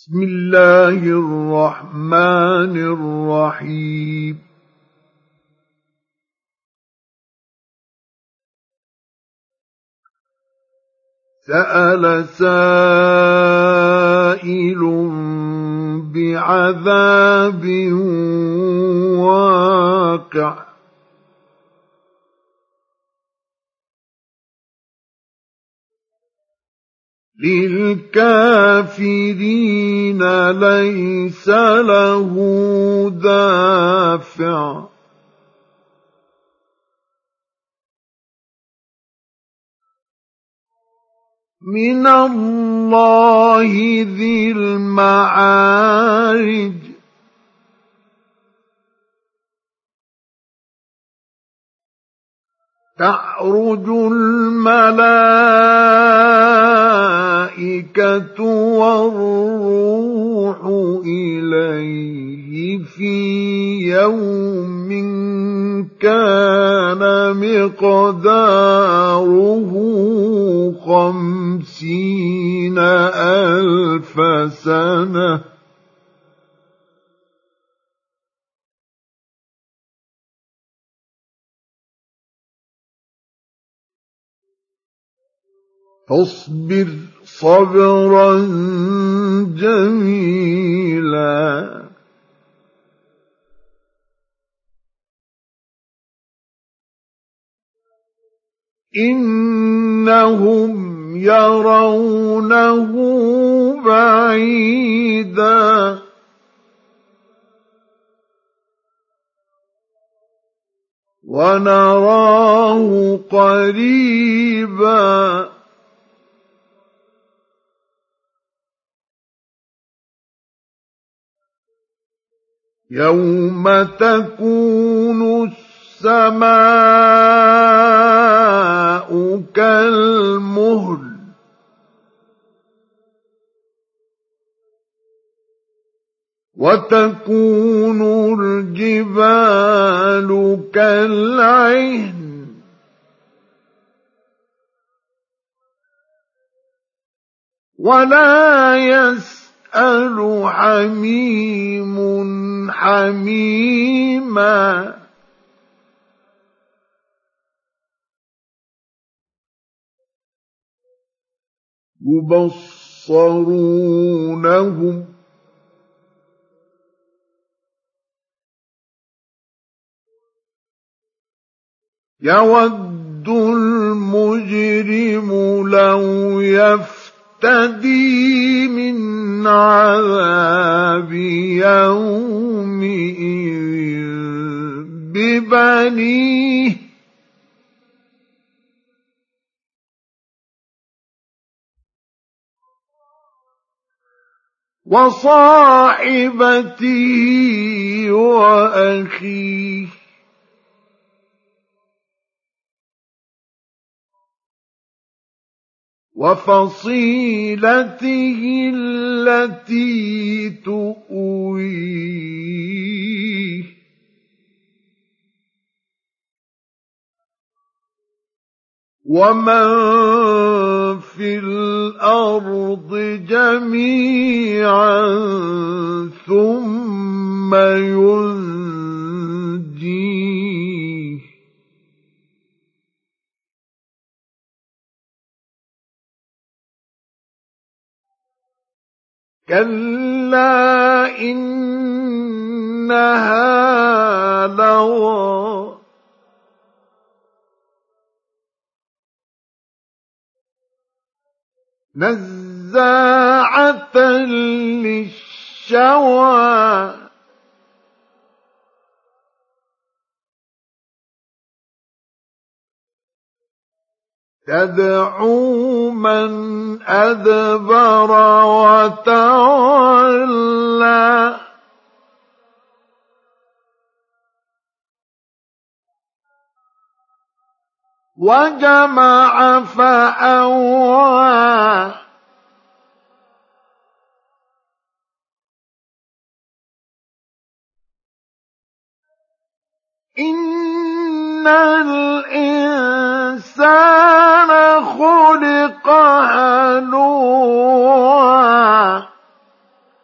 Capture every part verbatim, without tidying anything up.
بسم الله الرحمن الرحيم. سأل سائل بعذاب واقع للكافرين ليس له دافع من الله ذي المعارج تعرج الملائكة والروح إليه في يوم كان مقداره خمسين ألف سنة فاصبر صبرا جميلا إنهم يرونه بعيدا ونراه قريبا يوم تكون السماء كالمهل وتكون الجبال كالعهن ولا يسأل حميم حميما يبصرونهم يود المجرم لو يفتدي من عذاب يومئذ ببنيه وصاحبته وأخيه وفصيلته التي تؤويه ومن في الأرض جميعا ثم ينجيه كلا إنها لظى نزاعة للشوى تدعو من أدبر وتولى وجمع فأوعى إن الإنسان خلق هلوعا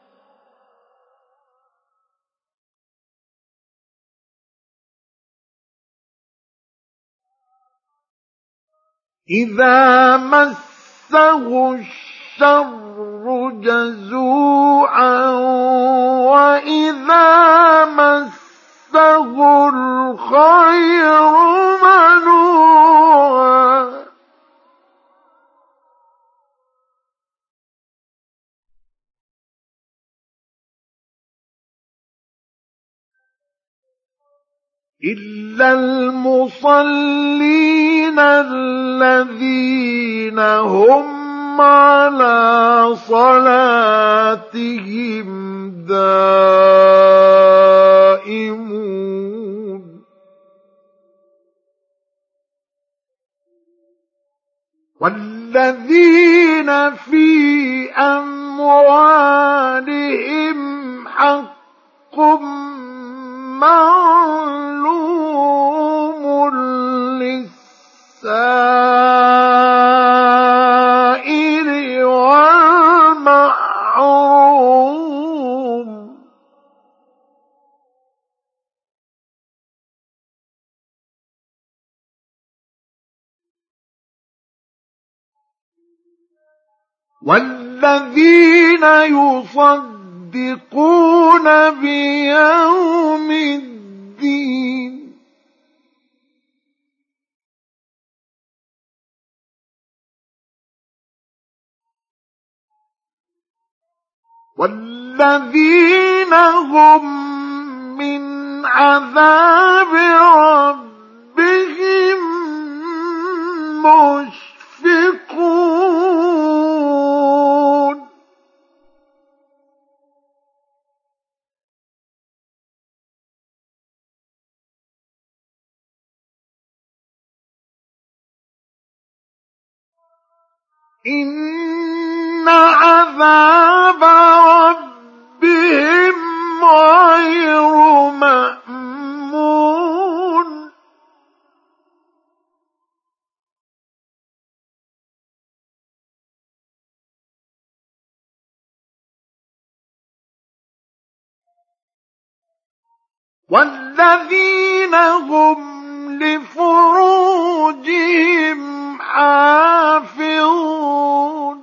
إذا مسه الشر جزوعا وإذا مسه الخير منوعا إلا المصلين الذين هم على صلاتهم دائمون والذين في أموالهم حق معلوم للسائل والمحروم والذين يصدقون بيوم الدين والذين هم من عذاب ربهم مشفقون إن عذاب ربهم غير مأمون والذين هم لفروجهم حافظون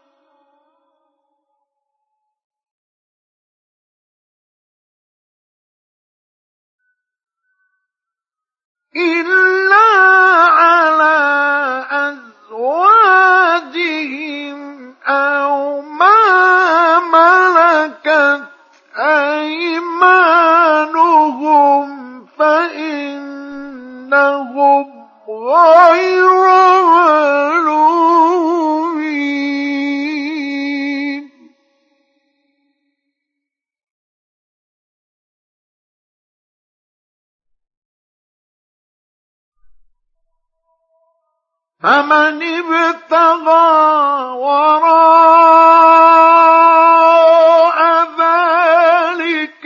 إلا على أزواجهم أو ما ملكت أيمانهم فإنهم غير ملومين فمن ابتغى وراء ذلك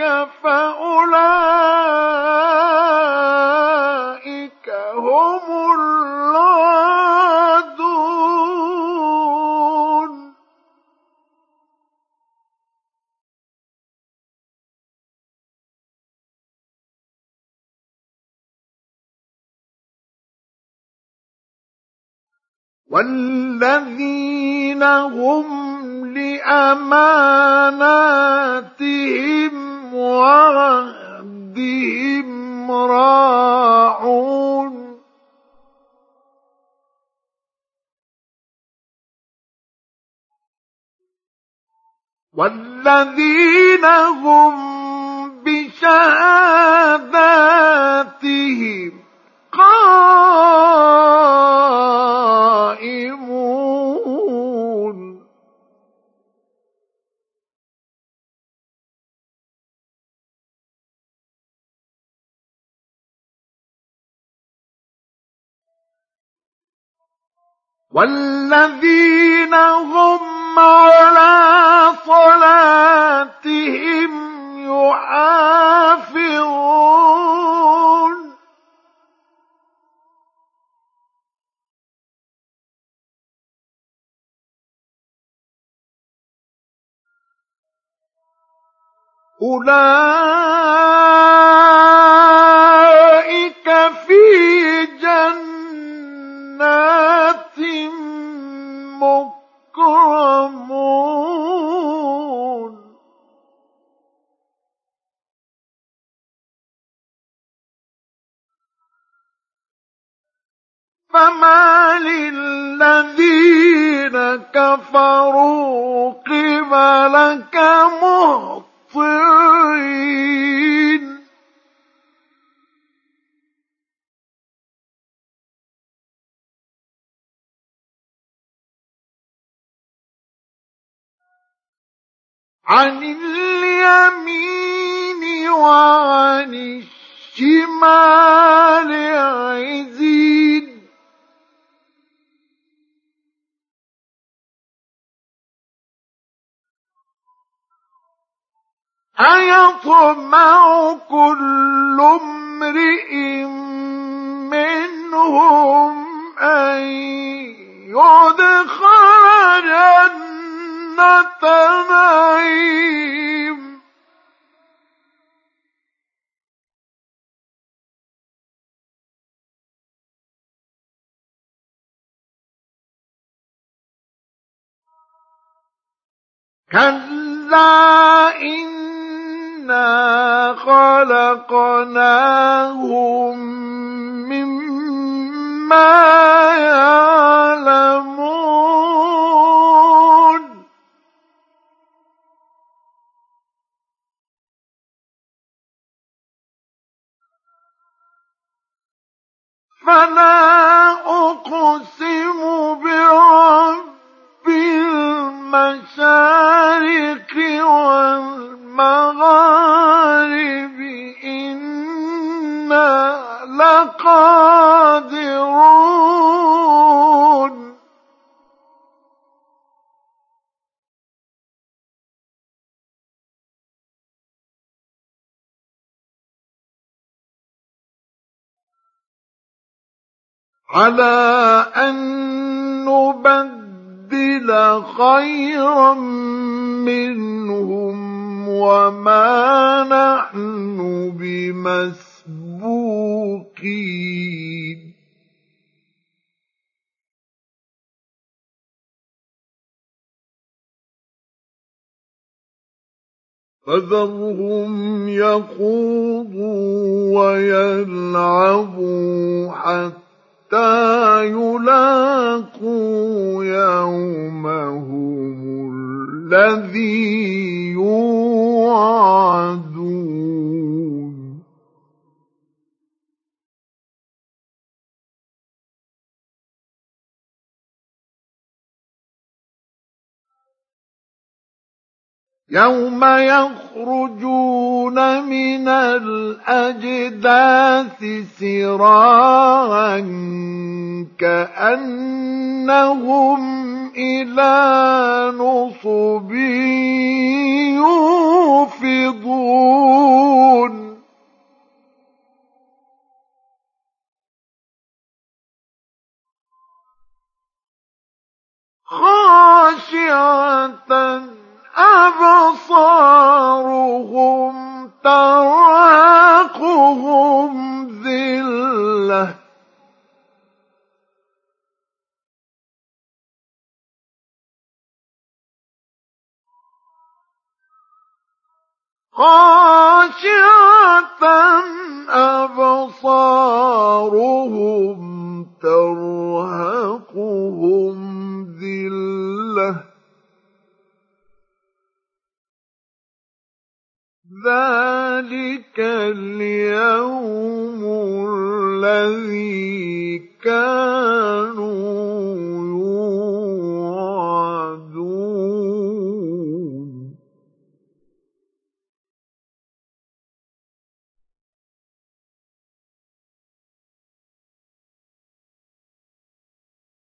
فأولئك هم العادون والذين هم لأماناتهم وعهدهم راعون والذين هم بشهاداتهم قائمون والذين هم على صلاتهم يحافظون أولئك في جنات فَمَالِ الَّذِينَ كَفَرُوا قِبَلَكَ مُهْطِعِينَ عَنِ الْيَمِينِ وَعَنِ الشِّمَالِ عِزِينَ أَيَطْمَعُ كُلُّ امْرِئٍ مِّنْهُمْ أَن يُدْخَلَ جَنَّةَ نَعِيمٍ كَلَّا إِنَّا خَلَقْنَاهُم مِّمَّا يَعْلَمُونَ فَلَا أُقْسِمُ بِرَبِّ الْمَشَارِقِ وَالْمَغَارِبِ إِنَّا لَقَادِرُونَ عَلَىٰ أَن نُّبَدِّلَ خَيْرًا مِّنْهُمْ وَمَا نَحْنُ بِمَسْبُوقِينَ فَذَرْهُمْ يَخُوضُوا وَيَلْعَبُوا حَتَّىٰ يُلَاقُوا يَوْمَهُمُ الَّذِي يُوعَدُونَ يَوْمَ يَخْرُجُونَ مِنَ الْأَجْدَاثِ سِرَاعًا كَأَنَّهُمْ إِلَىٰ نُصُبٍ يُوفِضُونَ خَاشِعَةً أَبْصَارُهُمْ تَرْهَقُهُمْ ذِلَّةٌ خَاشِعَةً أَبْصَارُهُمْ